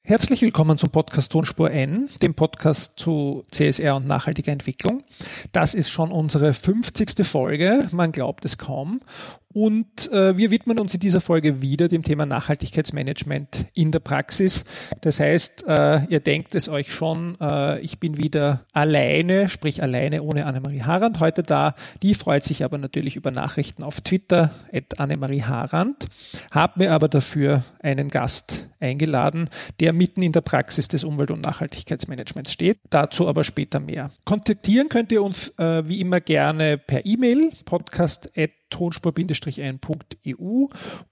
Herzlich willkommen zum Podcast Tonspur N, dem Podcast zu CSR und nachhaltiger Entwicklung. Das ist schon unsere 50. Folge, man glaubt es kaum. Und wir widmen uns in dieser Folge wieder dem Thema Nachhaltigkeitsmanagement in der Praxis. Das heißt, ihr denkt es euch schon, ich bin wieder alleine, sprich alleine ohne Annemarie Harand heute da. Die freut sich aber natürlich über Nachrichten auf Twitter, @AnnemarieHarand. Hab mir aber dafür einen Gast eingeladen, der mitten in der Praxis des Umwelt- und Nachhaltigkeitsmanagements steht. Dazu aber später mehr. Kontaktieren könnt ihr uns wie immer gerne per E-Mail, podcast@tonspur-n.eu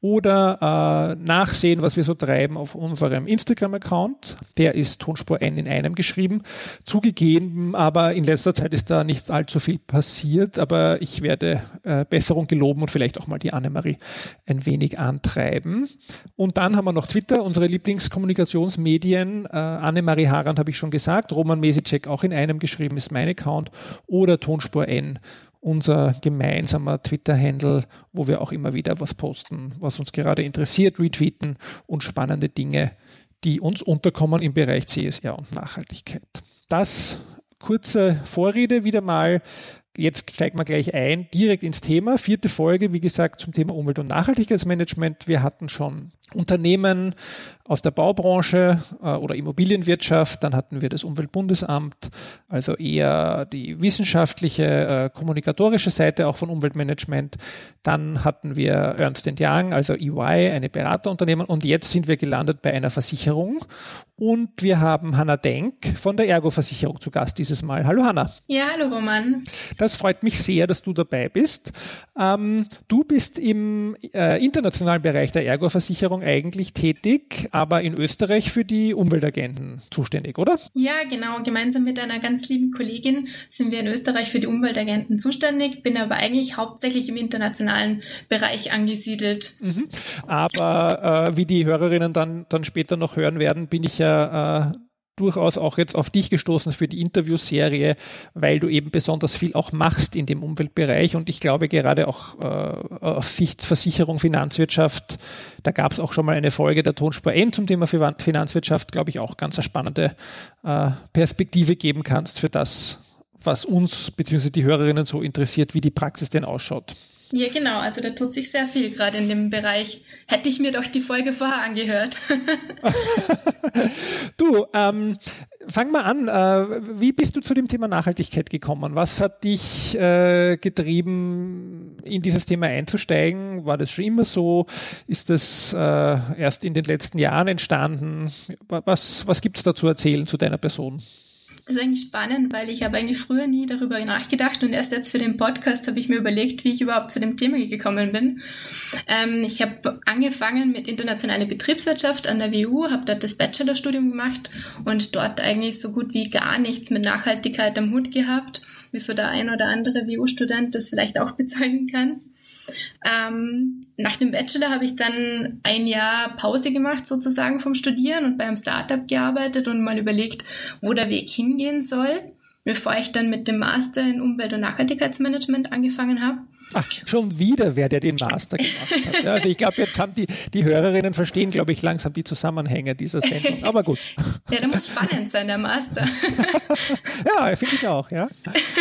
oder nachsehen, was wir so treiben auf unserem Instagram-Account. Der ist Tonspur N in einem geschrieben. Zugegeben, aber in letzter Zeit ist da nicht allzu viel passiert, aber ich werde Besserung geloben und vielleicht auch mal die Annemarie ein wenig antreiben. Und dann haben wir noch Twitter, unsere Lieblingskommunikationsmedien. Annemarie Harand habe ich schon gesagt, Roman Mesicek auch in einem geschrieben, ist mein Account, oder Tonspur N, unser gemeinsamer Twitter-Handle, wo wir auch immer wieder was posten, was uns gerade interessiert, retweeten und spannende Dinge, die uns unterkommen im Bereich CSR und Nachhaltigkeit. Das kurze Vorrede wieder mal. Jetzt steigen wir gleich ein, direkt ins Thema. 4. Folge, wie gesagt, zum Thema Umwelt- und Nachhaltigkeitsmanagement. Wir hatten schon Unternehmen aus der Baubranche oder Immobilienwirtschaft, dann hatten wir das Umweltbundesamt, also eher die wissenschaftliche, kommunikatorische Seite auch von Umweltmanagement. Dann hatten wir Ernst & Young, also EY, eine Beraterunternehmen, und jetzt sind wir gelandet bei einer Versicherung und wir haben Hanna Denk von der Ergo-Versicherung zu Gast dieses Mal. Hallo Hanna. Ja, hallo Roman. Das freut mich sehr, dass du dabei bist. Du bist im internationalen Bereich der Ergo-Versicherung eigentlich tätig, aber in Österreich für die Umweltagenten zuständig, oder? Ja, genau. Gemeinsam mit einer ganz lieben Kollegin sind wir in Österreich für die Umweltagenten zuständig, bin aber eigentlich hauptsächlich im internationalen Bereich angesiedelt. Mhm. Aber wie die Hörerinnen dann später noch hören werden, bin ich ja durchaus auch jetzt auf dich gestoßen für die Interviewserie, weil du eben besonders viel auch machst in dem Umweltbereich, und ich glaube gerade auch aus Sicht Versicherung, Finanzwirtschaft, da gab es auch schon mal eine Folge der Tonspur N zum Thema Finanzwirtschaft, glaube ich auch ganz eine spannende Perspektive geben kannst für das, was uns bzw. die Hörerinnen so interessiert, wie die Praxis denn ausschaut. Ja, genau. Also da tut sich sehr viel gerade in dem Bereich. Hätte ich mir doch die Folge vorher angehört. Du, fang mal an. Wie bist du zu dem Thema Nachhaltigkeit gekommen? Was hat dich getrieben, in dieses Thema einzusteigen? War das schon immer so? Ist das erst in den letzten Jahren entstanden? Was gibt es da zu erzählen zu deiner Person? Das ist eigentlich spannend, weil ich habe eigentlich früher nie darüber nachgedacht und erst jetzt für den Podcast habe ich mir überlegt, wie ich überhaupt zu dem Thema gekommen bin. Ich habe angefangen mit internationaler Betriebswirtschaft an der WU, habe dort das Bachelorstudium gemacht und dort eigentlich so gut wie gar nichts mit Nachhaltigkeit am Hut gehabt, wie so der ein oder andere WU-Student das vielleicht auch bezeugen kann. Nach dem Bachelor habe ich dann ein Jahr Pause gemacht sozusagen vom Studieren und bei einem Startup gearbeitet und mal überlegt, wo der Weg hingehen soll, bevor ich dann mit dem Master in Umwelt- und Nachhaltigkeitsmanagement angefangen habe. Ach, schon wieder wer, der den Master gemacht hat. Ja, also ich glaube, jetzt haben die Hörerinnen verstehen, glaube ich, langsam die Zusammenhänge dieser Sendung. Aber gut. Ja, der muss spannend sein, der Master. Ja, finde ich auch, ja.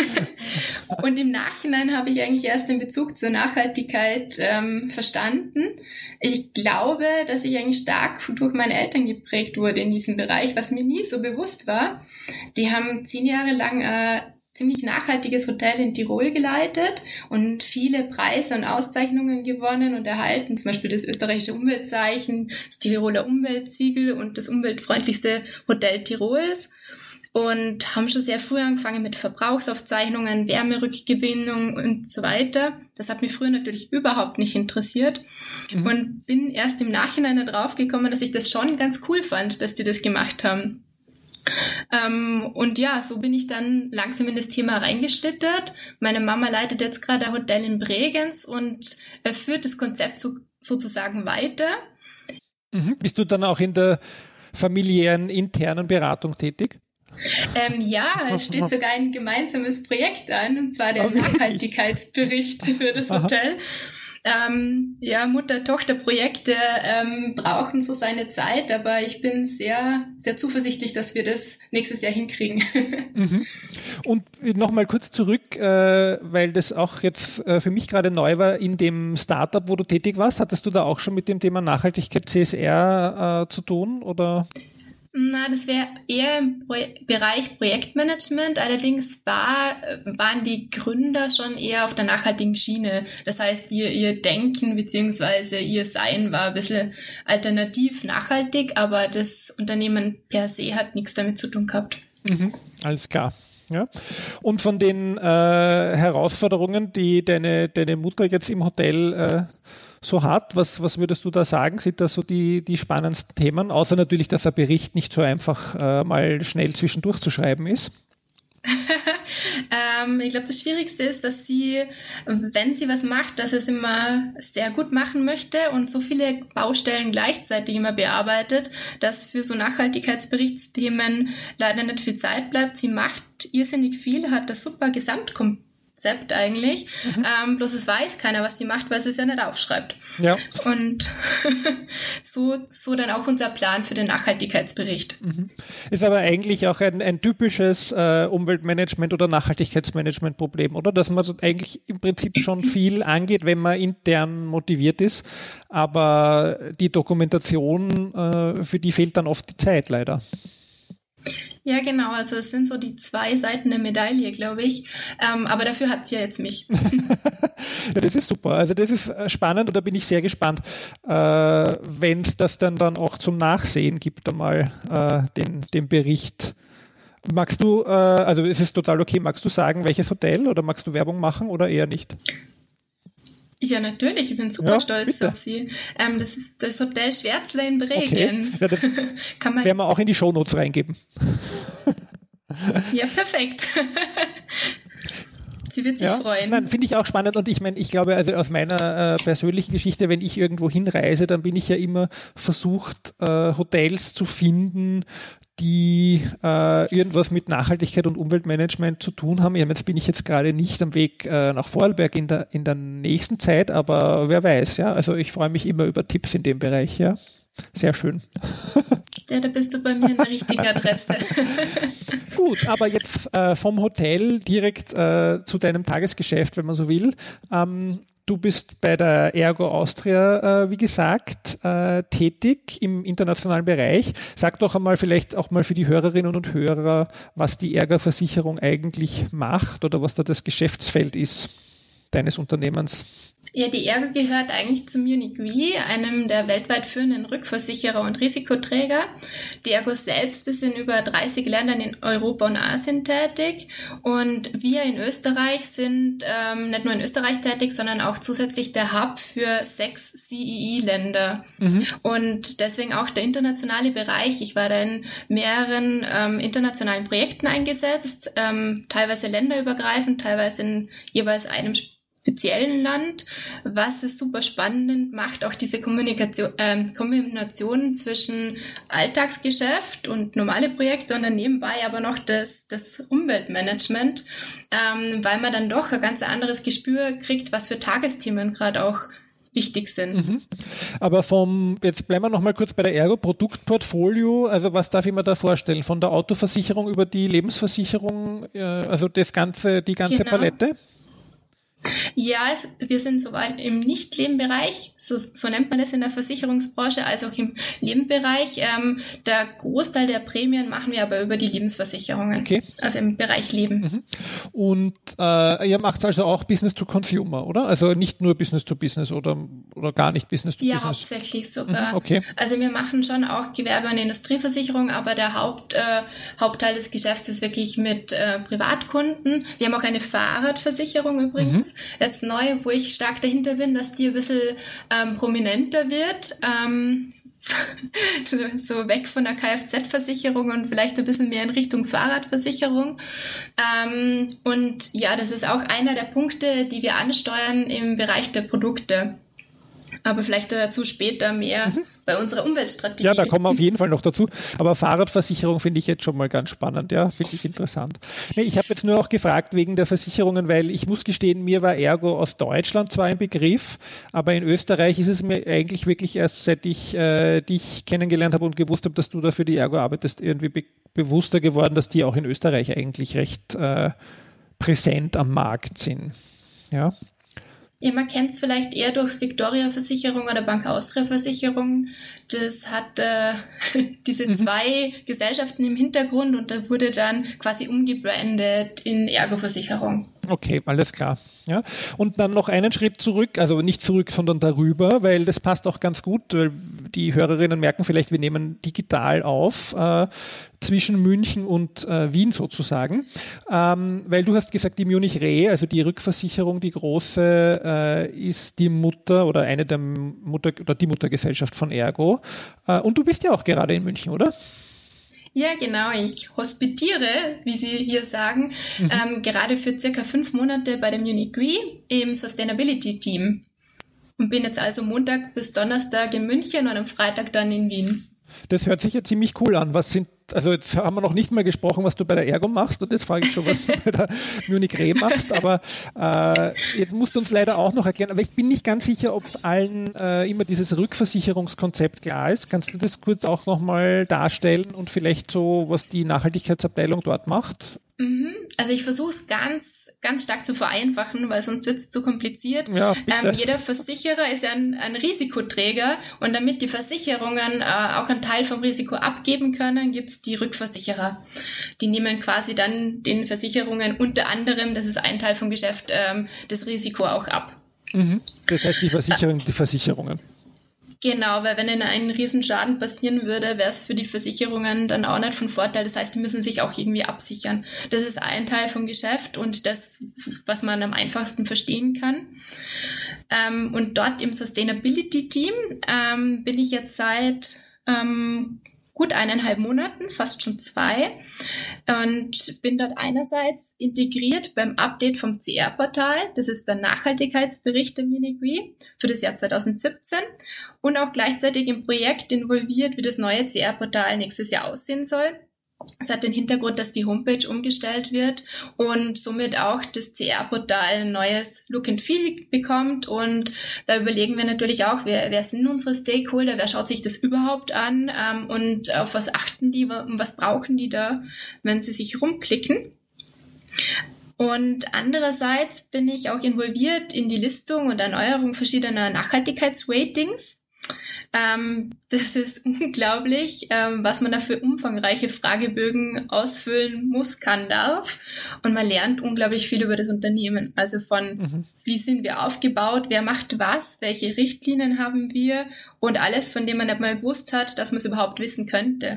Und im Nachhinein habe ich eigentlich erst den Bezug zur Nachhaltigkeit verstanden. Ich glaube, dass ich eigentlich stark durch meine Eltern geprägt wurde in diesem Bereich, was mir nie so bewusst war. Die haben 10 Jahre lang ziemlich nachhaltiges Hotel in Tirol geleitet und viele Preise und Auszeichnungen gewonnen und erhalten, zum Beispiel das österreichische Umweltzeichen, das Tiroler Umweltsiegel und das umweltfreundlichste Hotel Tirols, und haben schon sehr früh angefangen mit Verbrauchsaufzeichnungen, Wärmerückgewinnung und so weiter. Das hat mich früher natürlich überhaupt nicht interessiert und bin erst im Nachhinein darauf gekommen, dass ich das schon ganz cool fand, dass die das gemacht haben. Und ja, so bin ich dann langsam in das Thema reingeschlittert. Meine Mama leitet jetzt gerade ein Hotel in Bregenz und führt das Konzept sozusagen weiter. Bist du dann auch in der familiären internen Beratung tätig? Ja, es steht sogar ein gemeinsames Projekt an, und zwar der Nachhaltigkeitsbericht für das Hotel. Mutter-Tochter-Projekte brauchen so seine Zeit, aber ich bin sehr, sehr zuversichtlich, dass wir das nächstes Jahr hinkriegen. Mhm. Und nochmal kurz zurück, weil das auch jetzt für mich gerade neu war, in dem Startup, wo du tätig warst, hattest du da auch schon mit dem Thema Nachhaltigkeit CSR zu tun, oder? Na, das wäre eher im Bereich Projektmanagement. Allerdings waren die Gründer schon eher auf der nachhaltigen Schiene. Das heißt, ihr Denken bzw. ihr Sein war ein bisschen alternativ nachhaltig, aber das Unternehmen per se hat nichts damit zu tun gehabt. Mhm, alles klar. Ja. Und von den Herausforderungen, die deine Mutter jetzt im Hotel so hat, was würdest du da sagen? Sind das so die spannendsten Themen? Außer natürlich, dass ein Bericht nicht so einfach mal schnell zwischendurch zu schreiben ist. Ich glaube, das Schwierigste ist, dass sie, wenn sie was macht, dass es immer sehr gut machen möchte und so viele Baustellen gleichzeitig immer bearbeitet, dass für so Nachhaltigkeitsberichtsthemen leider nicht viel Zeit bleibt. Sie macht irrsinnig viel, hat das super Gesamtkonzept eigentlich, bloß es weiß keiner, was sie macht, weil sie es ja nicht aufschreibt. Ja. Und so dann auch unser Plan für den Nachhaltigkeitsbericht. Mhm. Ist aber eigentlich auch ein typisches Umweltmanagement- oder Nachhaltigkeitsmanagement-Problem, oder? Dass man eigentlich im Prinzip schon viel angeht, wenn man intern motiviert ist, aber die Dokumentation, für die fehlt dann oft die Zeit, leider. Ja, genau. Also es sind so die zwei Seiten der Medaille, glaube ich. Aber dafür hat sie ja jetzt mich. Ja, das ist super. Also das ist spannend und da bin ich sehr gespannt, wenn es das dann auch zum Nachsehen gibt, einmal den Bericht. Magst du, also es ist total okay, magst du sagen, welches Hotel oder magst du Werbung machen oder eher nicht? Ja, natürlich. Ich bin super stolz auf Sie. Das ist das Hotel Schwärzler in Bregenz. Okay. Ja, das werden wir auch in die Shownotes reingeben. Ja, perfekt. Sie wird sich freuen. Nein, finde ich auch spannend und ich meine, ich glaube, also aus meiner persönlichen Geschichte, wenn ich irgendwo hinreise, dann bin ich ja immer versucht, Hotels zu finden, die irgendwas mit Nachhaltigkeit und Umweltmanagement zu tun haben. Jetzt bin ich jetzt gerade nicht am Weg nach Vorarlberg in der nächsten Zeit, aber wer weiß, ja. Also ich freue mich immer über Tipps in dem Bereich, ja. Sehr schön. Ja, da bist du bei mir an der richtigen Adresse. Gut, aber jetzt vom Hotel direkt zu deinem Tagesgeschäft, wenn man so will. Du bist bei der Ergo Austria, wie gesagt, tätig im internationalen Bereich. Sag doch einmal vielleicht auch mal für die Hörerinnen und Hörer, was die Ergo-Versicherung eigentlich macht oder was da das Geschäftsfeld ist deines Unternehmens. Ja, die Ergo gehört eigentlich zum Munich Re, einem der weltweit führenden Rückversicherer und Risikoträger. Die Ergo selbst ist in über 30 Ländern in Europa und Asien tätig und wir in Österreich sind nicht nur in Österreich tätig, sondern auch zusätzlich der Hub für 6 CEE-Länder. Und deswegen auch der internationale Bereich. Ich war da in mehreren internationalen Projekten eingesetzt, teilweise länderübergreifend, teilweise in jeweils einem speziellen Land, was es super spannend macht, auch diese Kombination zwischen Alltagsgeschäft und normale Projekte und dann nebenbei aber noch das Umweltmanagement, weil man dann doch ein ganz anderes Gespür kriegt, was für Tagesthemen gerade auch wichtig sind. Aber jetzt bleiben wir noch mal kurz bei der Ergo, Produktportfolio, also was darf ich mir da vorstellen? Von der Autoversicherung über die Lebensversicherung, also die ganze Palette? Ja, wir sind sowohl im Nicht-Leben-Bereich, so nennt man das in der Versicherungsbranche, als auch im Leben-Bereich. Der Großteil der Prämien machen wir aber über die Lebensversicherungen, okay. Also im Bereich Leben. Und ihr macht also auch Business to Consumer, oder? Also nicht nur Business to Business oder gar nicht Business to Business? Ja, hauptsächlich sogar. Okay. Also wir machen schon auch Gewerbe- und Industrieversicherung, aber der Hauptteil des Geschäfts ist wirklich mit Privatkunden. Wir haben auch eine Fahrradversicherung übrigens. Jetzt neu, wo ich stark dahinter bin, dass die ein bisschen prominenter wird. So weg von der Kfz-Versicherung und vielleicht ein bisschen mehr in Richtung Fahrradversicherung. Und ja, das ist auch einer der Punkte, die wir ansteuern im Bereich der Produkte. Aber vielleicht dazu später mehr bei unserer Umweltstrategie. Ja, da kommen wir auf jeden Fall noch dazu. Aber Fahrradversicherung finde ich jetzt schon mal ganz spannend. Ja, finde ich interessant. Nee, ich habe jetzt nur auch gefragt wegen der Versicherungen, weil ich muss gestehen, mir war Ergo aus Deutschland zwar ein Begriff, aber in Österreich ist es mir eigentlich wirklich erst seit ich dich kennengelernt habe und gewusst habe, dass du da für die Ergo arbeitest, irgendwie bewusster geworden, dass die auch in Österreich eigentlich recht präsent am Markt sind. Ja. Ja, man kennt es vielleicht eher durch Victoria-Versicherung oder Bank Austria-Versicherung. Das hat diese zwei Gesellschaften im Hintergrund und da wurde dann quasi umgebrandet in Ergo-Versicherung. Okay, alles klar. Ja. Und dann noch einen Schritt zurück, also nicht zurück, sondern darüber, weil das passt auch ganz gut, weil die Hörerinnen merken vielleicht, wir nehmen digital auf, zwischen München und Wien sozusagen, weil du hast gesagt, die Munich Re, also die Rückversicherung, die große, ist die Mutter oder eine der die Muttergesellschaft von Ergo. Und du bist ja auch gerade in München, oder? Ja, genau. Ich hospitiere, wie Sie hier sagen, gerade für circa 5 Monate bei dem Munich Re im Sustainability Team und bin jetzt also Montag bis Donnerstag in München und am Freitag dann in Wien. Das hört sich ja ziemlich cool an. Also jetzt haben wir noch nicht mal gesprochen, was du bei der Ergo machst und jetzt frage ich schon, was du bei der Munich Re machst, aber jetzt musst du uns leider auch noch erklären, aber ich bin nicht ganz sicher, ob allen immer dieses Rückversicherungskonzept klar ist. Kannst du das kurz auch nochmal darstellen und vielleicht so, was die Nachhaltigkeitsabteilung dort macht? Also ich versuche es ganz, ganz stark zu vereinfachen, weil sonst wird es zu kompliziert. Ja, jeder Versicherer ist ja ein Risikoträger und damit die Versicherungen auch einen Teil vom Risiko abgeben können, gibt es die Rückversicherer. Die nehmen quasi dann den Versicherungen unter anderem, das ist ein Teil vom Geschäft, das Risiko auch ab. Das heißt, die Versicherungen. Genau, weil wenn ihnen ein Riesenschaden passieren würde, wäre es für die Versicherungen dann auch nicht von Vorteil. Das heißt, die müssen sich auch irgendwie absichern. Das ist ein Teil vom Geschäft und das, was man am einfachsten verstehen kann. Und dort im Sustainability-Team bin ich jetzt seit gut 1,5 Monaten, fast schon 2, und bin dort einerseits integriert beim Update vom CR-Portal, das ist der Nachhaltigkeitsbericht der Munich Re für das Jahr 2017, und auch gleichzeitig im Projekt involviert, wie das neue CR-Portal nächstes Jahr aussehen soll. Es hat den Hintergrund, dass die Homepage umgestellt wird und somit auch das CR-Portal ein neues Look and Feel bekommt. Und da überlegen wir natürlich auch, wer sind unsere Stakeholder, wer schaut sich das überhaupt an und auf was achten die und was brauchen die da, wenn sie sich rumklicken. Und andererseits bin ich auch involviert in die Listung und Erneuerung verschiedener Nachhaltigkeitsratings. Das ist unglaublich, was man da für umfangreiche Fragebögen ausfüllen muss, kann, darf. Und man lernt unglaublich viel über das Unternehmen. Also von wie sind wir aufgebaut, wer macht was, welche Richtlinien haben wir und alles, von dem man nicht mal gewusst hat, dass man es überhaupt wissen könnte.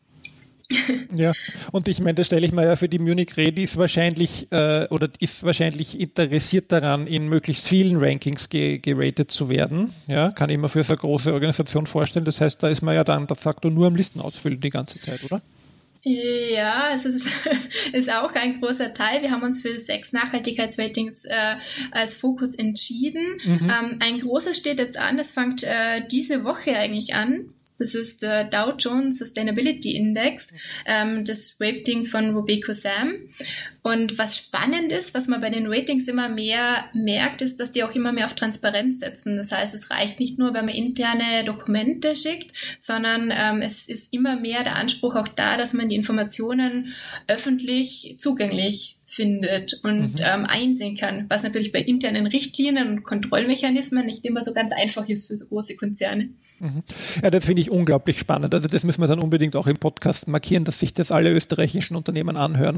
Ja, und ich meine, das stelle ich mir ja für die Munich Re, die ist wahrscheinlich interessiert daran, in möglichst vielen Rankings geratet zu werden. Ja, kann ich mir für so eine große Organisation vorstellen. Das heißt, da ist man ja dann de facto nur am Listen ausfüllen die ganze Zeit, oder? Ja, es ist auch ein großer Teil. Wir haben uns für 6 Nachhaltigkeitsratings als Fokus entschieden. Ein großes steht jetzt an, das fängt diese Woche eigentlich an. Das ist der Dow Jones Sustainability Index, das Rating von RobecoSAM. Und was spannend ist, was man bei den Ratings immer mehr merkt, ist, dass die auch immer mehr auf Transparenz setzen. Das heißt, es reicht nicht nur, wenn man interne Dokumente schickt, sondern es ist immer mehr der Anspruch auch da, dass man die Informationen öffentlich zugänglich findet und einsehen kann, was natürlich bei internen Richtlinien und Kontrollmechanismen nicht immer so ganz einfach ist für so große Konzerne. Ja, das finde ich unglaublich spannend. Also das müssen wir dann unbedingt auch im Podcast markieren, dass sich das alle österreichischen Unternehmen anhören,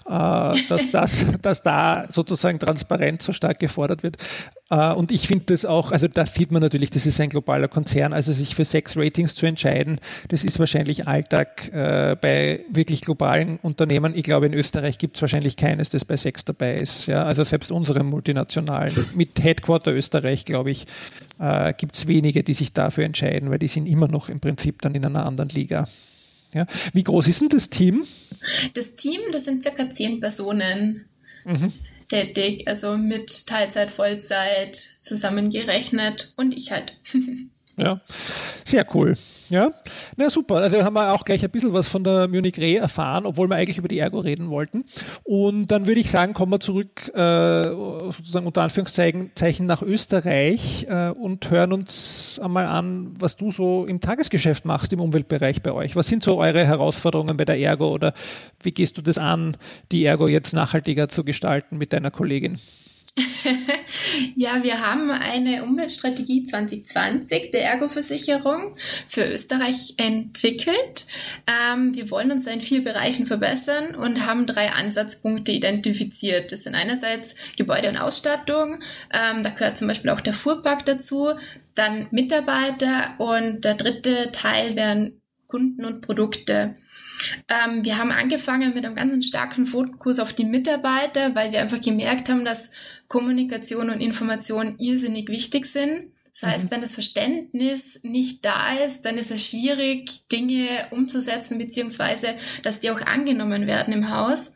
dass da sozusagen Transparenz so stark gefordert wird. Und ich finde das auch, also da sieht man natürlich, das ist ein globaler Konzern, also sich für 6 Ratings zu entscheiden, das ist wahrscheinlich Alltag bei wirklich globalen Unternehmen. Ich glaube, in Österreich gibt es wahrscheinlich keines, das bei 6 dabei ist. Ja? Also selbst unsere multinationalen, mit Headquarter Österreich, glaube ich, gibt es wenige, die sich dafür entscheiden, weil die sind immer noch im Prinzip dann in einer anderen Liga. Ja? Wie groß ist denn das Team? Das Team, das sind circa 10 Personen. tätig, also mit Teilzeit, Vollzeit zusammengerechnet und ich halt. Ja, sehr cool. Ja, na super. Also haben wir auch gleich ein bisschen was von der Munich Re erfahren, obwohl wir eigentlich über die Ergo reden wollten. Und dann würde ich sagen, kommen wir zurück sozusagen unter Anführungszeichen nach Österreich und hören uns einmal an, was du so im Tagesgeschäft machst im Umweltbereich bei euch. Was sind so eure Herausforderungen bei der Ergo oder wie gehst du das an, die Ergo jetzt nachhaltiger zu gestalten mit deiner Kollegin? Ja, wir haben eine Umweltstrategie 2020 der Ergo-Versicherung für Österreich entwickelt. Wir wollen uns in 4 Bereichen verbessern und haben 3 Ansatzpunkte identifiziert. Das sind einerseits Gebäude und Ausstattung, da gehört zum Beispiel auch der Fuhrpark dazu, dann Mitarbeiter und der dritte Teil wären Kunden und Produkte. Wir haben angefangen mit einem ganz starken Fokus auf die Mitarbeiter, weil wir einfach gemerkt haben, dass Kommunikation und Information irrsinnig wichtig sind. Das heißt, wenn das Verständnis nicht da ist, dann ist es schwierig, Dinge umzusetzen, beziehungsweise, dass die auch angenommen werden im Haus.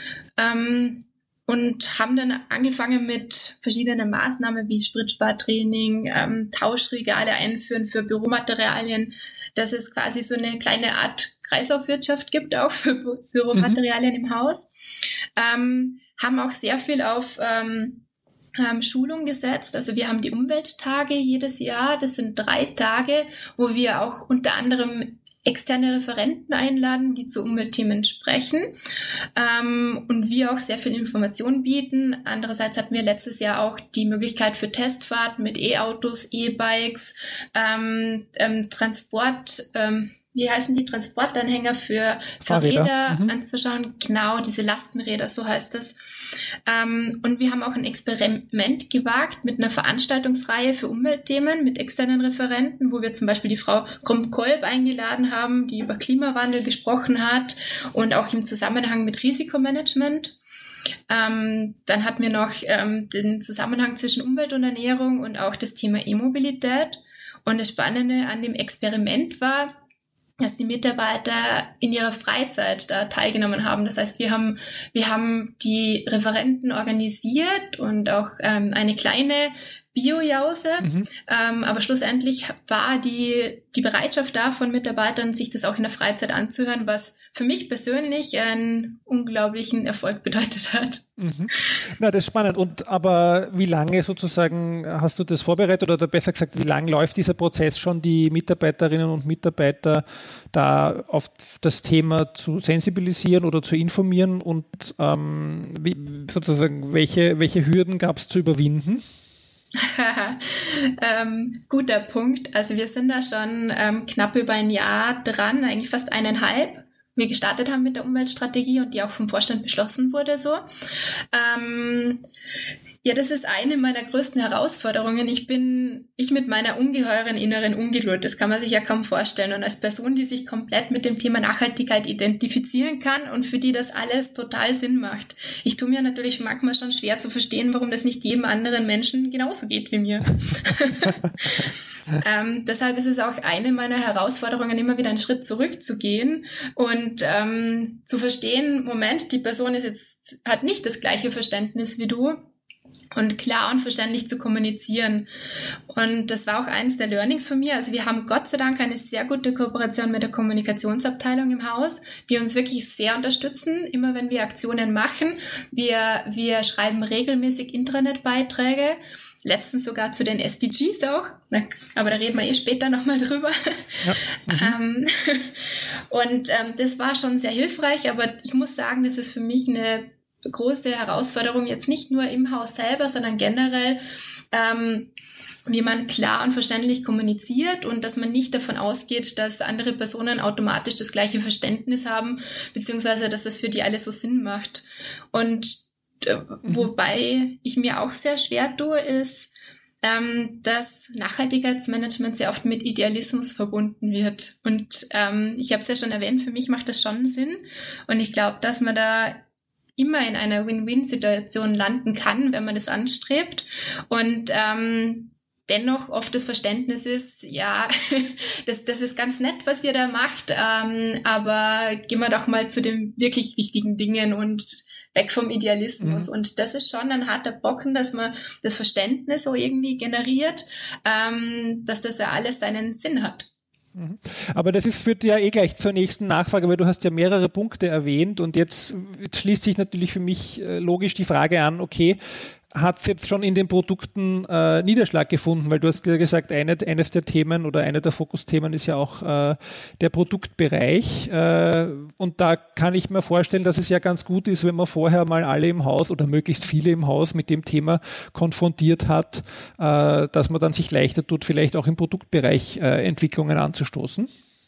Und haben dann angefangen mit verschiedenen Maßnahmen wie Spritspartraining, Tauschregale einführen für Büromaterialien, dass es quasi so eine kleine Art Kreislaufwirtschaft gibt, auch für Büromaterialien im Haus. Haben auch sehr viel auf Schulung gesetzt. Also wir haben die Umwelttage jedes Jahr. Das sind 3 Tage, wo wir auch unter anderem externe Referenten einladen, die zu Umweltthemen sprechen und wir auch sehr viel Information bieten. Andererseits hatten wir letztes Jahr auch die Möglichkeit für Testfahrten mit E-Autos, E-Bikes, wie heißen die Transportanhänger für Räder anzuschauen. Genau, diese Lastenräder, so heißt es. Und wir haben auch ein Experiment gewagt mit einer Veranstaltungsreihe für Umweltthemen mit externen Referenten, wo wir zum Beispiel die Frau Krump-Kolb eingeladen haben, die über Klimawandel gesprochen hat und auch im Zusammenhang mit Risikomanagement. Dann hatten wir noch den Zusammenhang zwischen Umwelt und Ernährung und auch das Thema E-Mobilität. Und das Spannende an dem Experiment war, dass die Mitarbeiter in ihrer Freizeit da teilgenommen haben. Das heißt, wir haben die Referenten organisiert und auch eine kleine Bio-Jause, aber schlussendlich war die Bereitschaft da von Mitarbeitern, sich das auch in der Freizeit anzuhören, was für mich persönlich einen unglaublichen Erfolg bedeutet hat. Na, das ist spannend. Aber wie lange sozusagen hast du das vorbereitet oder besser gesagt, wie lange läuft dieser Prozess schon, die Mitarbeiterinnen und Mitarbeiter da auf das Thema zu sensibilisieren oder zu informieren und welche Hürden gab es zu überwinden? Guter Punkt. Also wir sind da schon knapp über ein Jahr dran, eigentlich fast 1,5. Wir gestartet haben mit der Umweltstrategie und die auch vom Vorstand beschlossen wurde so. Ja, das ist eine meiner größten Herausforderungen. Ich mit meiner ungeheuren inneren Ungeduld, das kann man sich ja kaum vorstellen. Und als Person, die sich komplett mit dem Thema Nachhaltigkeit identifizieren kann und für die das alles total Sinn macht. Ich tue mir natürlich manchmal schon schwer zu verstehen, warum das nicht jedem anderen Menschen genauso geht wie mir. Deshalb ist es auch eine meiner Herausforderungen, immer wieder einen Schritt zurückzugehen und zu verstehen, Moment, die Person hat nicht das gleiche Verständnis wie du. Und klar und verständlich zu kommunizieren. Und das war auch eines der Learnings von mir. Also wir haben Gott sei Dank eine sehr gute Kooperation mit der Kommunikationsabteilung im Haus, die uns wirklich sehr unterstützen, immer wenn wir Aktionen machen. Wir schreiben regelmäßig Intranet-Beiträge, letztens sogar zu den SDGs auch, aber da reden wir später nochmal drüber. Ja. Das war schon sehr hilfreich, aber ich muss sagen, das ist für mich eine große Herausforderung, jetzt nicht nur im Haus selber, sondern generell, wie man klar und verständlich kommuniziert und dass man nicht davon ausgeht, dass andere Personen automatisch das gleiche Verständnis haben, beziehungsweise dass es für die alle so Sinn macht. Und wobei ich mir auch sehr schwer tue, ist, dass Nachhaltigkeitsmanagement sehr oft mit Idealismus verbunden wird. Und ich habe es ja schon erwähnt, für mich macht das schon Sinn. Und ich glaube, dass man da immer in einer Win-Win-Situation landen kann, wenn man das anstrebt. Und dennoch oft das Verständnis ist, ja, das ist ganz nett, was ihr da macht, aber gehen wir doch mal zu den wirklich wichtigen Dingen und weg vom Idealismus. Und das ist schon ein harter Brocken, dass man das Verständnis so irgendwie generiert, dass das ja alles seinen Sinn hat. Aber das führt ja gleich zur nächsten Nachfrage, weil du hast ja mehrere Punkte erwähnt und jetzt schließt sich natürlich für mich logisch die Frage an, okay, hat es jetzt schon in den Produkten Niederschlag gefunden, weil du hast ja gesagt, eines der Themen oder eine der Fokusthemen ist ja auch der Produktbereich und da kann ich mir vorstellen, dass es ja ganz gut ist, wenn man vorher mal alle im Haus oder möglichst viele im Haus mit dem Thema konfrontiert hat, dass man dann sich leichter tut, vielleicht auch im Produktbereich Entwicklungen anzustoßen.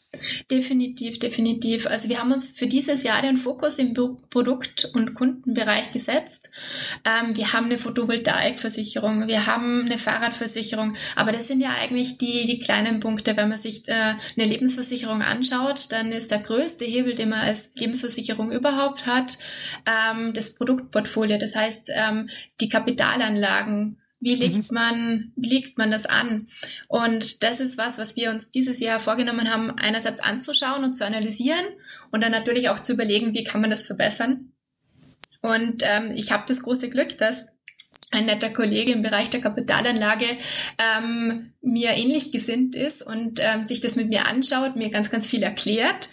Definitiv. Also wir haben uns für dieses Jahr den Fokus im Produkt- und Kundenbereich gesetzt. Wir haben eine Photovoltaikversicherung, wir haben eine Fahrradversicherung, aber das sind ja eigentlich die kleinen Punkte. Wenn man sich eine Lebensversicherung anschaut, dann ist der größte Hebel, den man als Lebensversicherung überhaupt hat, das Produktportfolio. Das heißt, die Kapitalanlagen. Wie legt man das an? Und das ist was wir uns dieses Jahr vorgenommen haben, einerseits anzuschauen und zu analysieren und dann natürlich auch zu überlegen, wie kann man das verbessern. Und ich habe das große Glück, dass ein netter Kollege im Bereich der Kapitalanlage mir ähnlich gesinnt ist und sich das mit mir anschaut, mir ganz, ganz viel erklärt.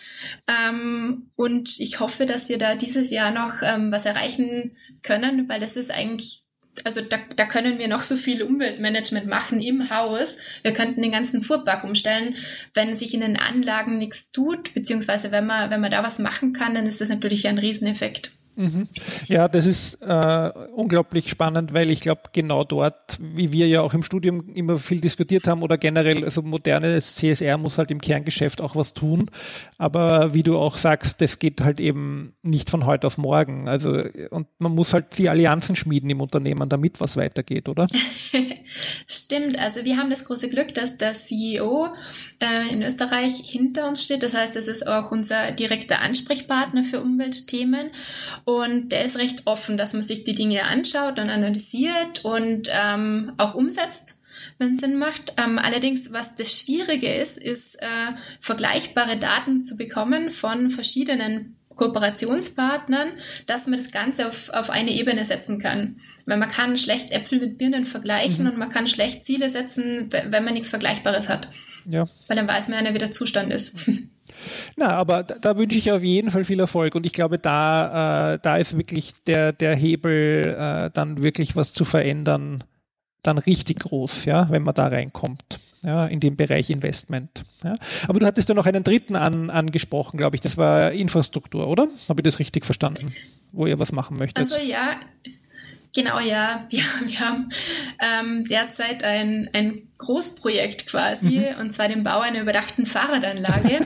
Und ich hoffe, dass wir da dieses Jahr noch was erreichen können, weil das ist eigentlich, also da können wir noch so viel Umweltmanagement machen im Haus. Wir könnten den ganzen Fuhrpark umstellen. Wenn sich in den Anlagen nichts tut, beziehungsweise wenn man da was machen kann, dann ist das natürlich ein Rieseneffekt. Ja, das ist unglaublich spannend, weil ich glaube, genau dort, wie wir ja auch im Studium immer viel diskutiert haben oder generell, also modernes CSR muss halt im Kerngeschäft auch was tun, aber wie du auch sagst, das geht halt eben nicht von heute auf morgen, also und man muss halt die Allianzen schmieden im Unternehmen, damit was weitergeht, oder? Stimmt, also wir haben das große Glück, dass der CEO in Österreich hinter uns steht, das heißt, das ist auch unser direkter Ansprechpartner für Umweltthemen. Und der ist recht offen, dass man sich die Dinge anschaut und analysiert und auch umsetzt, wenn es Sinn macht. Allerdings, was das Schwierige ist vergleichbare Daten zu bekommen von verschiedenen Kooperationspartnern, dass man das Ganze auf eine Ebene setzen kann. Weil man kann schlecht Äpfel mit Birnen vergleichen und man kann schlecht Ziele setzen, wenn man nichts Vergleichbares hat. Ja. Weil dann weiß man ja, wie der Zustand ist. Na, aber da wünsche ich auf jeden Fall viel Erfolg und ich glaube, da ist wirklich der Hebel, dann wirklich was zu verändern, dann richtig groß, ja, wenn man da reinkommt, ja, in den Bereich Investment. Ja. Aber du hattest ja noch einen dritten angesprochen, glaube ich, das war Infrastruktur, oder? Habe ich das richtig verstanden, wo ihr was machen möchtet? Also ja, genau, ja. Wir haben derzeit ein Großprojekt quasi, und zwar den Bau einer überdachten Fahrradanlage.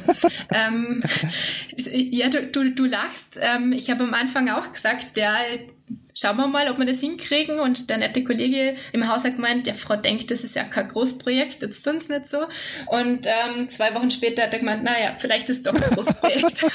Ja, du lachst. Ich habe am Anfang auch gesagt, ja, schauen wir mal, ob wir das hinkriegen. Und der nette Kollege im Haus hat gemeint, ja, Frau denkt, das ist ja kein Großprojekt, jetzt tun es nicht so. Und 2 Wochen später hat er gemeint, naja, vielleicht ist es doch ein Großprojekt.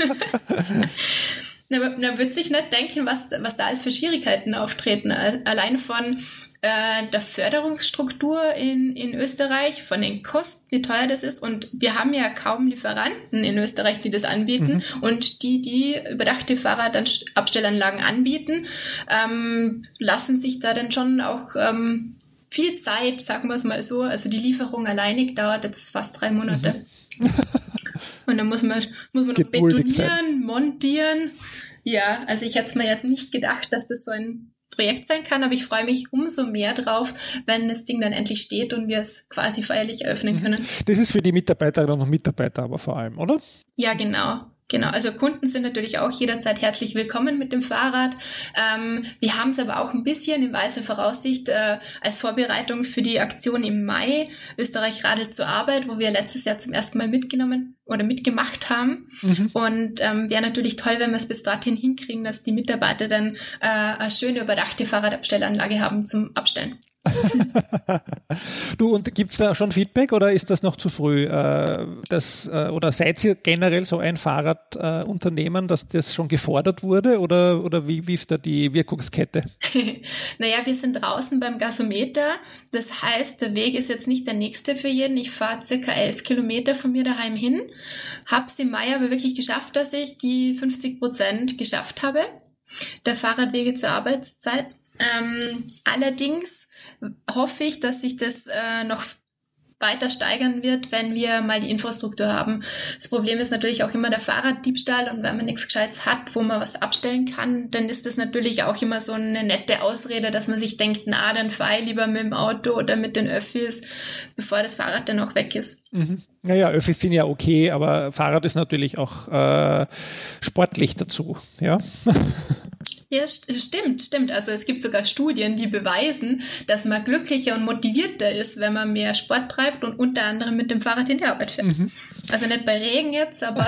Man wird sich nicht denken, was da alles für Schwierigkeiten auftreten. Allein von der Förderungsstruktur in Österreich, von den Kosten, wie teuer das ist. Und wir haben ja kaum Lieferanten in Österreich, die das anbieten. Und die überdachte Fahrradabstellanlagen anbieten, lassen sich da dann schon auch viel Zeit, sagen wir es mal so. Also die Lieferung alleinig dauert jetzt fast 3 Monate. Und dann muss man noch betonieren, montieren. Ja, also ich hätte es mir ja nicht gedacht, dass das so ein Projekt sein kann, aber ich freue mich umso mehr drauf, wenn das Ding dann endlich steht und wir es quasi feierlich eröffnen können. Das ist für die Mitarbeiterinnen und Mitarbeiter aber vor allem, oder? Ja, genau. Also Kunden sind natürlich auch jederzeit herzlich willkommen mit dem Fahrrad. Wir haben es aber auch ein bisschen in weiser Voraussicht als Vorbereitung für die Aktion im Mai Österreich radelt zur Arbeit, wo wir letztes Jahr zum ersten Mal mitgemacht haben. Und wäre natürlich toll, wenn wir es bis dorthin hinkriegen, dass die Mitarbeiter dann eine schöne überdachte Fahrradabstellanlage haben zum Abstellen. Du, und gibt es da schon Feedback oder ist das noch zu früh? Oder seid ihr generell so ein Fahrradunternehmen, dass das schon gefordert wurde oder wie ist da die Wirkungskette? Naja, wir sind draußen beim Gasometer. Das heißt, der Weg ist jetzt nicht der nächste für jeden. Ich fahre circa 11 Kilometer von mir daheim hin. Hab's im Mai aber wirklich geschafft, dass ich die 50% geschafft habe der Fahrradwege zur Arbeitszeit. Allerdings hoffe ich, dass sich das noch weiter steigern wird, wenn wir mal die Infrastruktur haben. Das Problem ist natürlich auch immer der Fahrraddiebstahl, und wenn man nichts Gescheites hat, wo man was abstellen kann, dann ist das natürlich auch immer so eine nette Ausrede, dass man sich denkt, dann fahre ich lieber mit dem Auto oder mit den Öffis, bevor das Fahrrad dann auch weg ist. Mhm. Naja, Öffis sind ja okay, aber Fahrrad ist natürlich auch sportlich dazu, ja. Ja, stimmt. Also es gibt sogar Studien, die beweisen, dass man glücklicher und motivierter ist, wenn man mehr Sport treibt und unter anderem mit dem Fahrrad in die Arbeit fährt. Mhm. Also nicht bei Regen jetzt, aber...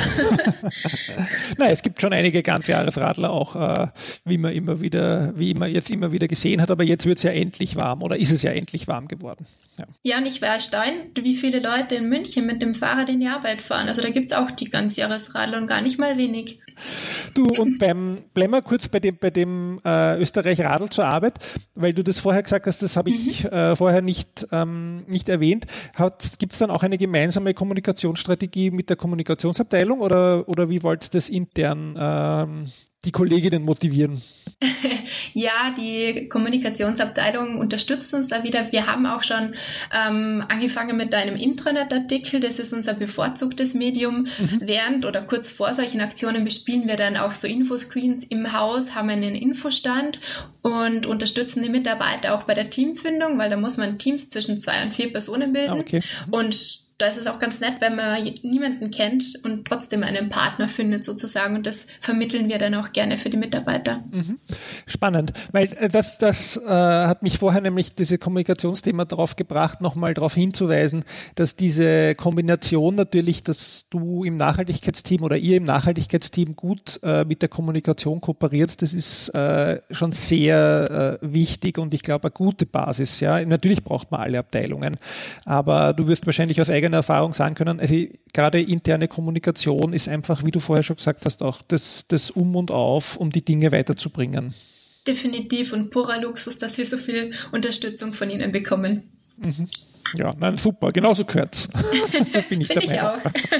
Nein, es gibt schon einige Ganzjahresradler auch, wie man jetzt immer wieder gesehen hat, aber jetzt wird es ja endlich warm oder ist es ja endlich warm geworden. Ja, und ich war erstaunt, wie viele Leute in München mit dem Fahrrad in die Arbeit fahren. Also da gibt es auch die Ganzjahresradler und gar nicht mal wenig. Du, und bleiben wir kurz bei dem Österreich Radl zur Arbeit, weil du das vorher gesagt hast, das habe ich vorher nicht erwähnt. Gibt es dann auch eine gemeinsame Kommunikationsstrategie mit der Kommunikationsabteilung oder wie wollt ihr das intern die Kolleginnen motivieren? Ja, die Kommunikationsabteilung unterstützt uns da wieder. Wir haben auch schon angefangen mit einem Intranet-Artikel. Das ist unser bevorzugtes Medium. Während oder kurz vor solchen Aktionen bespielen wir dann auch so Infoscreens im Haus, haben einen Infostand und unterstützen die Mitarbeiter auch bei der Teamfindung, weil da muss man Teams zwischen 2 und 4 Personen bilden. Okay. Und da ist es auch ganz nett, wenn man niemanden kennt und trotzdem einen Partner findet sozusagen, und das vermitteln wir dann auch gerne für die Mitarbeiter. Spannend, weil das hat mich vorher nämlich diese Kommunikationsthema darauf gebracht, nochmal darauf hinzuweisen, dass diese Kombination natürlich, dass du im Nachhaltigkeitsteam oder ihr im Nachhaltigkeitsteam gut mit der Kommunikation kooperiert, das ist schon sehr wichtig und ich glaube eine gute Basis. Ja, natürlich braucht man alle Abteilungen, aber du wirst wahrscheinlich aus eigener Erfahrung sagen können, also gerade interne Kommunikation ist einfach, wie du vorher schon gesagt hast, auch das Um und Auf, um die Dinge weiterzubringen. Definitiv, und purer Luxus, dass wir so viel Unterstützung von Ihnen bekommen. Ja, nein, super, genauso gehört's. Bin ich dabei. Ich auch.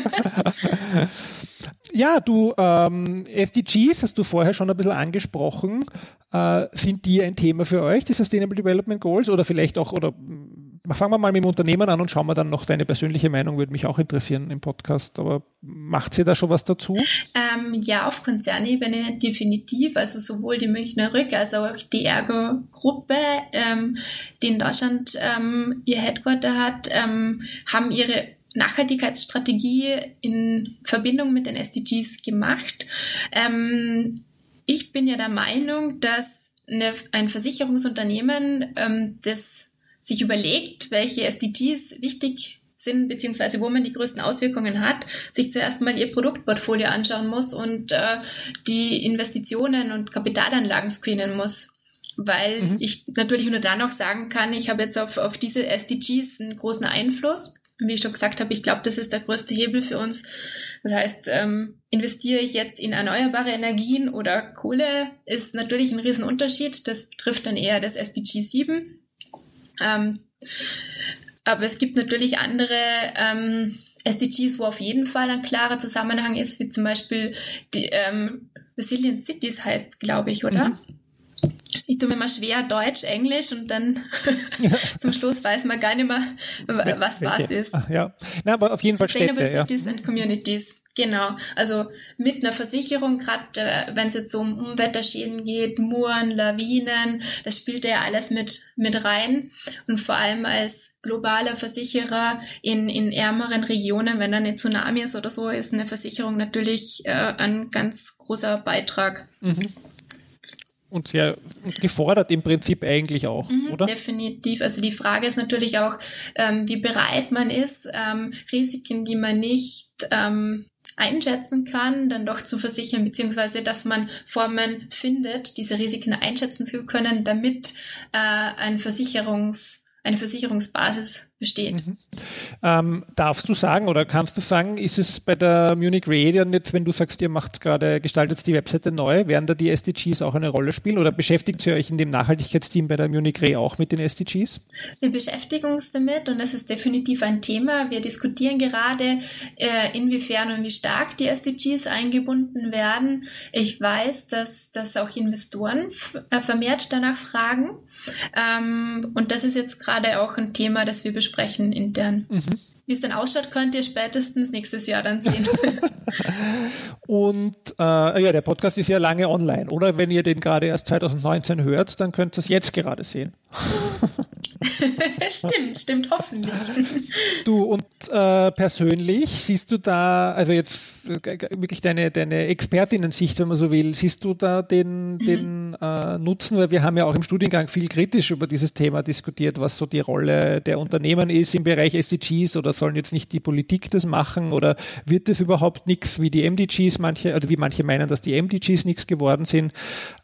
Ja, du, SDGs hast du vorher schon ein bisschen angesprochen. Sind die ein Thema für euch, die Sustainable Development Goals, oder vielleicht auch, oder fangen wir mal mit dem Unternehmen an und schauen wir dann noch deine persönliche Meinung, würde mich auch interessieren im Podcast, aber macht ihr da schon was dazu? Ja, auf Konzernebene definitiv, also sowohl die Münchner Rück als auch die Ergo-Gruppe, die in Deutschland ihr Headquarter hat, haben ihre Nachhaltigkeitsstrategie in Verbindung mit den SDGs gemacht. Ich bin ja der Meinung, dass ein Versicherungsunternehmen, das sich überlegt, welche SDGs wichtig sind, beziehungsweise wo man die größten Auswirkungen hat, sich zuerst mal ihr Produktportfolio anschauen muss und die Investitionen und Kapitalanlagen screenen muss. Weil ich natürlich nur dann noch sagen kann, ich habe jetzt auf diese SDGs einen großen Einfluss. Wie ich schon gesagt habe, ich glaube, das ist der größte Hebel für uns. Das heißt, investiere ich jetzt in erneuerbare Energien oder Kohle, ist natürlich ein Riesenunterschied. Das betrifft dann eher das SDG 7. Aber es gibt natürlich andere SDGs, wo auf jeden Fall ein klarer Zusammenhang ist, wie zum Beispiel die Resilient Cities heißt, glaube ich, oder? Ich tue mir mal schwer Deutsch, Englisch und dann zum Schluss weiß man gar nicht mehr, was ist. Ja, na, aber auf jeden Fall Sustainable Städte, Cities and Communities. Genau, also mit einer Versicherung, gerade wenn es jetzt so um Unwetterschäden geht, Muren, Lawinen, das spielt ja alles mit rein. Und vor allem als globaler Versicherer in ärmeren Regionen, wenn da eine Tsunami ist oder so, ist eine Versicherung natürlich ein ganz großer Beitrag. Und sehr gefordert im Prinzip eigentlich auch, oder? Definitiv. Also die Frage ist natürlich auch, wie bereit man ist, Risiken, die man nicht einschätzen kann, dann doch zu versichern, beziehungsweise dass man Formen findet, diese Risiken einschätzen zu können, damit eine Versicherungsbasis besteht. Darfst du sagen oder kannst du sagen, ist es bei der Munich Re dann jetzt, wenn du sagst, ihr gestaltet die Webseite neu, werden da die SDGs auch eine Rolle spielen oder beschäftigt ihr euch in dem Nachhaltigkeitsteam bei der Munich Re auch mit den SDGs? Wir beschäftigen uns damit und das ist definitiv ein Thema. Wir diskutieren gerade, inwiefern und wie stark die SDGs eingebunden werden. Ich weiß, dass auch Investoren vermehrt danach fragen. Und das ist jetzt gerade auch ein Thema, das wir besprechen intern. Wie es dann ausschaut, könnt ihr spätestens nächstes Jahr dann sehen. Und der Podcast ist ja lange online, oder? Wenn ihr den gerade erst 2019 hört, dann könnt ihr es jetzt gerade sehen. Stimmt, hoffentlich. Du, und persönlich siehst du da, also jetzt wirklich deine Expertinnen-Sicht, wenn man so will, siehst du da den Nutzen, weil wir haben ja auch im Studiengang viel kritisch über dieses Thema diskutiert, was so die Rolle der Unternehmen ist im Bereich SDGs oder sollen jetzt nicht die Politik das machen oder wird das überhaupt nichts wie die MDGs, wie manche meinen, dass die MDGs nichts geworden sind.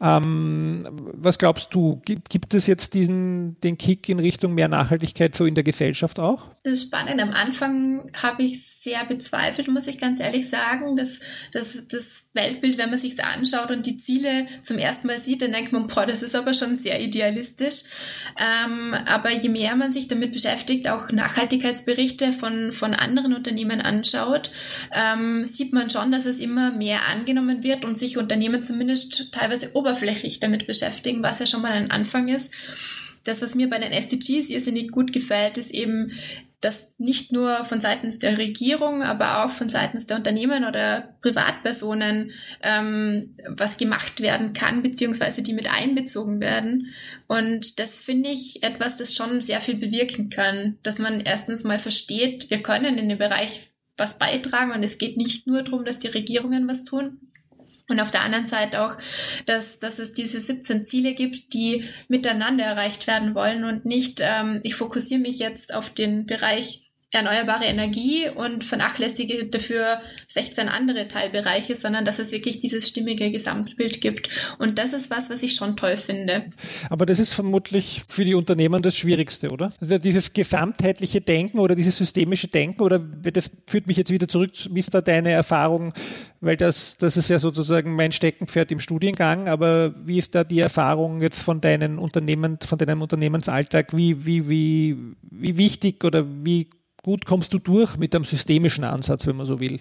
Was glaubst du, gibt es jetzt den Kick in Richtung mehr Nachhaltigkeit so in der Gesellschaft auch? Das ist spannend. Am Anfang habe ich sehr bezweifelt, muss ich ganz ehrlich sagen, dass das Weltbild, wenn man sich das anschaut und die Ziele zum ersten Mal sieht, dann denkt man, das ist aber schon sehr idealistisch. Aber je mehr man sich damit beschäftigt, auch Nachhaltigkeitsberichte von anderen Unternehmen anschaut, sieht man schon, dass es immer mehr angenommen wird und sich Unternehmen zumindest teilweise oberflächlich damit beschäftigen, was ja schon mal ein Anfang ist. Das, was mir bei den SDGs irrsinnig gut gefällt, ist eben, dass nicht nur von seitens der Regierung, aber auch von seitens der Unternehmen oder Privatpersonen was gemacht werden kann, beziehungsweise die mit einbezogen werden. Und das finde ich etwas, das schon sehr viel bewirken kann, dass man erstens mal versteht, wir können in dem Bereich was beitragen und es geht nicht nur darum, dass die Regierungen was tun. Und auf der anderen Seite auch, dass es diese 17 Ziele gibt, die miteinander erreicht werden wollen und nicht, ich fokussiere mich jetzt auf den Bereich erneuerbare Energie und vernachlässige dafür 16 andere Teilbereiche, sondern dass es wirklich dieses stimmige Gesamtbild gibt. Und das ist was ich schon toll finde. Aber das ist vermutlich für die Unternehmen das Schwierigste, oder? Also dieses gesamtheitliche Denken oder dieses systemische Denken, oder das führt mich jetzt wieder zurück, wie ist da deine Erfahrung? Weil das ist ja sozusagen mein Steckenpferd im Studiengang, aber wie ist da die Erfahrung jetzt von deinem Unternehmensalltag? Wie wichtig oder wie gut kommst du durch mit einem systemischen Ansatz, wenn man so will?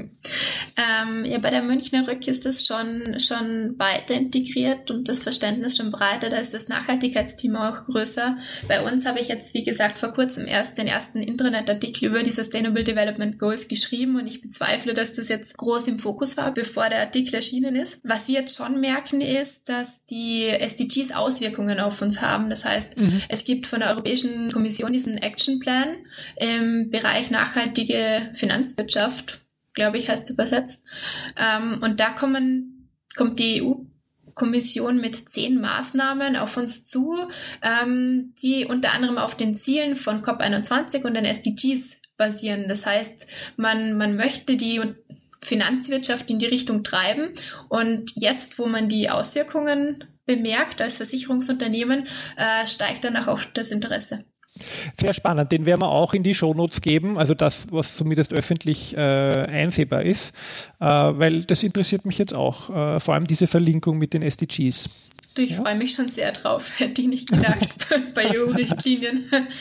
Bei der Münchner Rück ist das schon weiter integriert und das Verständnis schon breiter. Da ist das Nachhaltigkeitsteam auch größer. Bei uns habe ich jetzt, wie gesagt, vor kurzem erst den ersten Intranet-Artikel über die Sustainable Development Goals geschrieben und ich bezweifle, dass das jetzt groß im Fokus war, bevor der Artikel erschienen ist. Was wir jetzt schon merken, ist, dass die SDGs Auswirkungen auf uns haben. Das heißt, es gibt von der Europäischen Kommission diesen Action Plan im Bereich nachhaltige Finanzwirtschaft, glaube ich, heißt es übersetzt. Und da kommt die EU-Kommission mit 10 Maßnahmen auf uns zu, die unter anderem auf den Zielen von COP21 und den SDGs basieren. Das heißt, man möchte die Finanzwirtschaft in die Richtung treiben. Und jetzt, wo man die Auswirkungen bemerkt als Versicherungsunternehmen, steigt danach auch das Interesse. Sehr spannend, den werden wir auch in die Shownotes geben, also das, was zumindest öffentlich einsehbar ist, weil das interessiert mich jetzt auch, vor allem diese Verlinkung mit den SDGs. Ich freue mich schon sehr drauf, hätte ich nicht gedacht bei EU-Richtlinien.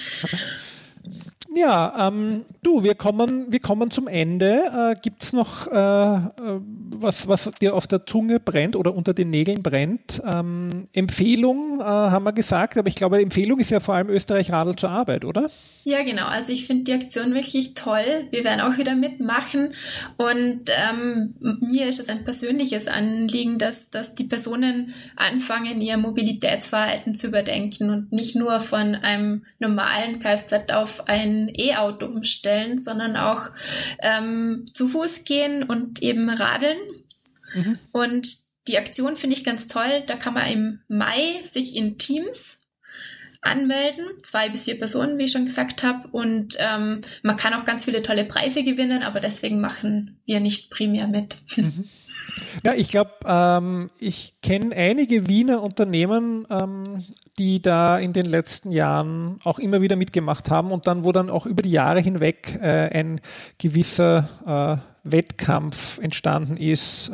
Ja, wir kommen zum Ende. Gibt's noch was dir auf der Zunge brennt oder unter den Nägeln brennt? Empfehlung haben wir gesagt, aber ich glaube, Empfehlung ist ja vor allem Österreich Radl zur Arbeit, oder? Ja, genau. Also ich finde die Aktion wirklich toll. Wir werden auch wieder mitmachen und mir ist es ein persönliches Anliegen, dass die Personen anfangen, ihr Mobilitätsverhalten zu überdenken und nicht nur von einem normalen Kfz auf ein E-Auto umstellen, sondern auch zu Fuß gehen und eben radeln. Und die Aktion finde ich ganz toll. Da kann man im Mai sich in Teams anmelden, 2 bis 4 Personen, wie ich schon gesagt habe. Und man kann auch ganz viele tolle Preise gewinnen, aber deswegen machen wir nicht primär mit. Ja, ich glaube, ich kenne einige Wiener Unternehmen, die da in den letzten Jahren auch immer wieder mitgemacht haben und dann, wo dann auch über die Jahre hinweg ein gewisser Wettkampf entstanden ist,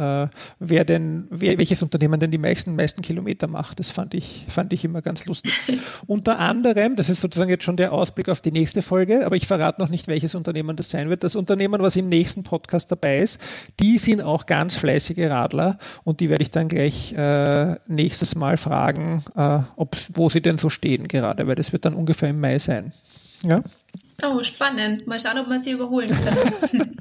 welches Unternehmen denn die meisten Kilometer macht. Das fand ich immer ganz lustig. Unter anderem, das ist sozusagen jetzt schon der Ausblick auf die nächste Folge, aber ich verrate noch nicht, welches Unternehmen das sein wird. Das Unternehmen, was im nächsten Podcast dabei ist, die sind auch ganz fleißige Radler und die werde ich dann gleich nächstes Mal fragen, wo sie denn so stehen gerade, weil das wird dann ungefähr im Mai sein. Ja? Oh, spannend. Mal schauen, ob wir sie überholen können.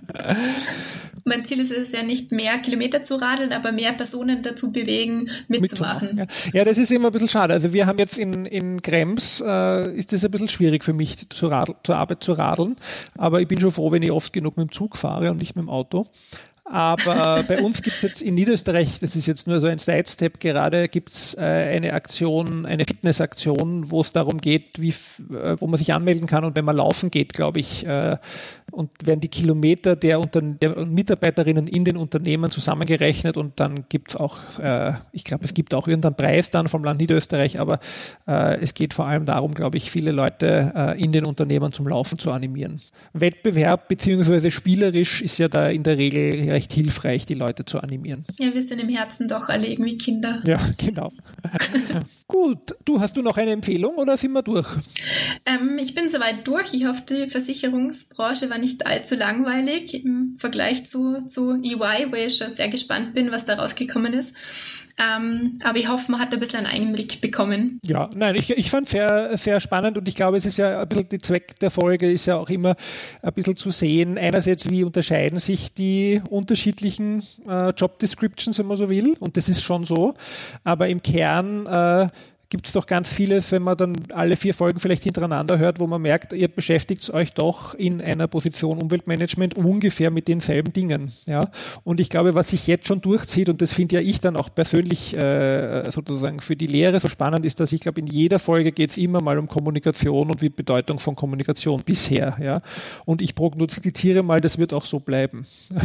Mein Ziel ist es ja nicht, mehr Kilometer zu radeln, aber mehr Personen dazu bewegen, mitzumachen. Ja, das ist immer ein bisschen schade. Also wir haben jetzt in Krems, ist das ein bisschen schwierig für mich, zur Arbeit zu radeln. Aber ich bin schon froh, wenn ich oft genug mit dem Zug fahre und nicht mit dem Auto. Aber bei uns gibt es jetzt in Niederösterreich, das ist jetzt nur so ein Sidestep gerade, gibt es eine Aktion, eine Fitnessaktion, wo es darum geht, wo man sich anmelden kann und wenn man laufen geht, glaube ich, und werden die Kilometer der Mitarbeiterinnen in den Unternehmen zusammengerechnet und dann gibt es auch, ich glaube, es gibt auch irgendeinen Preis dann vom Land Niederösterreich, aber es geht vor allem darum, glaube ich, viele Leute in den Unternehmen zum Laufen zu animieren. Wettbewerb beziehungsweise spielerisch ist ja da in der Regel recht hilfreich, die Leute zu animieren. Ja, wir sind im Herzen doch alle irgendwie Kinder. Ja, genau. Gut, hast du noch eine Empfehlung oder sind wir durch? Ich bin soweit durch. Ich hoffe, die Versicherungsbranche war nicht allzu langweilig im Vergleich zu EY, wo ich schon sehr gespannt bin, was da rausgekommen ist. Aber ich hoffe, man hat ein bisschen einen Einblick bekommen. Ja, nein, ich fand es sehr, sehr spannend und ich glaube, es ist ja ein bisschen der Zweck der Folge, ist ja auch immer ein bisschen zu sehen, einerseits, wie unterscheiden sich die unterschiedlichen Job Descriptions, wenn man so will, und das ist schon so, aber im Kern gibt es doch ganz vieles, wenn man dann alle 4 Folgen vielleicht hintereinander hört, wo man merkt, ihr beschäftigt euch doch in einer Position Umweltmanagement ungefähr mit denselben Dingen. Ja? Und ich glaube, was sich jetzt schon durchzieht, und das finde ja ich dann auch persönlich sozusagen für die Lehre so spannend, ist, dass ich glaube, in jeder Folge geht es immer mal um Kommunikation und die Bedeutung von Kommunikation bisher. Ja? Und ich prognostiziere mal, das wird auch so bleiben.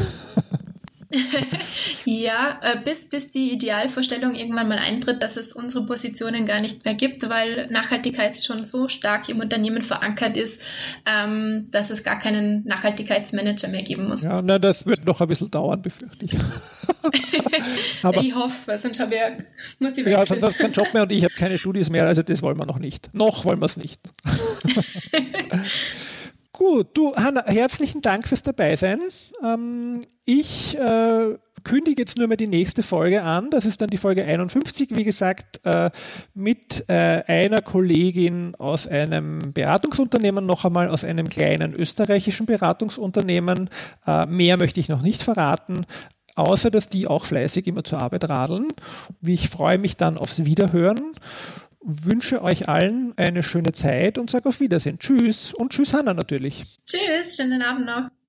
Ja, bis die Idealvorstellung irgendwann mal eintritt, dass es unsere Positionen gar nicht mehr gibt, weil Nachhaltigkeit schon so stark im Unternehmen verankert ist, dass es gar keinen Nachhaltigkeitsmanager mehr geben muss. Ja, na, das wird noch ein bisschen dauern, befürchte ich. Aber ich hoffe es, weil sonst muss ich wechseln. Ja, sonst hast du keinen Job mehr und ich habe keine Studis mehr, also das wollen wir noch nicht. Noch wollen wir es nicht. Gut, du Hanna, herzlichen Dank fürs Dabeisein. Ich kündige jetzt nur mal die nächste Folge an. Das ist dann die Folge 51, wie gesagt, mit einer Kollegin aus einem Beratungsunternehmen, noch einmal aus einem kleinen österreichischen Beratungsunternehmen. Mehr möchte ich noch nicht verraten, außer dass die auch fleißig immer zur Arbeit radeln. Ich freue mich dann aufs Wiederhören. Wünsche euch allen eine schöne Zeit und sage auf Wiedersehen. Tschüss und tschüss Hanna natürlich. Tschüss, schönen Abend noch.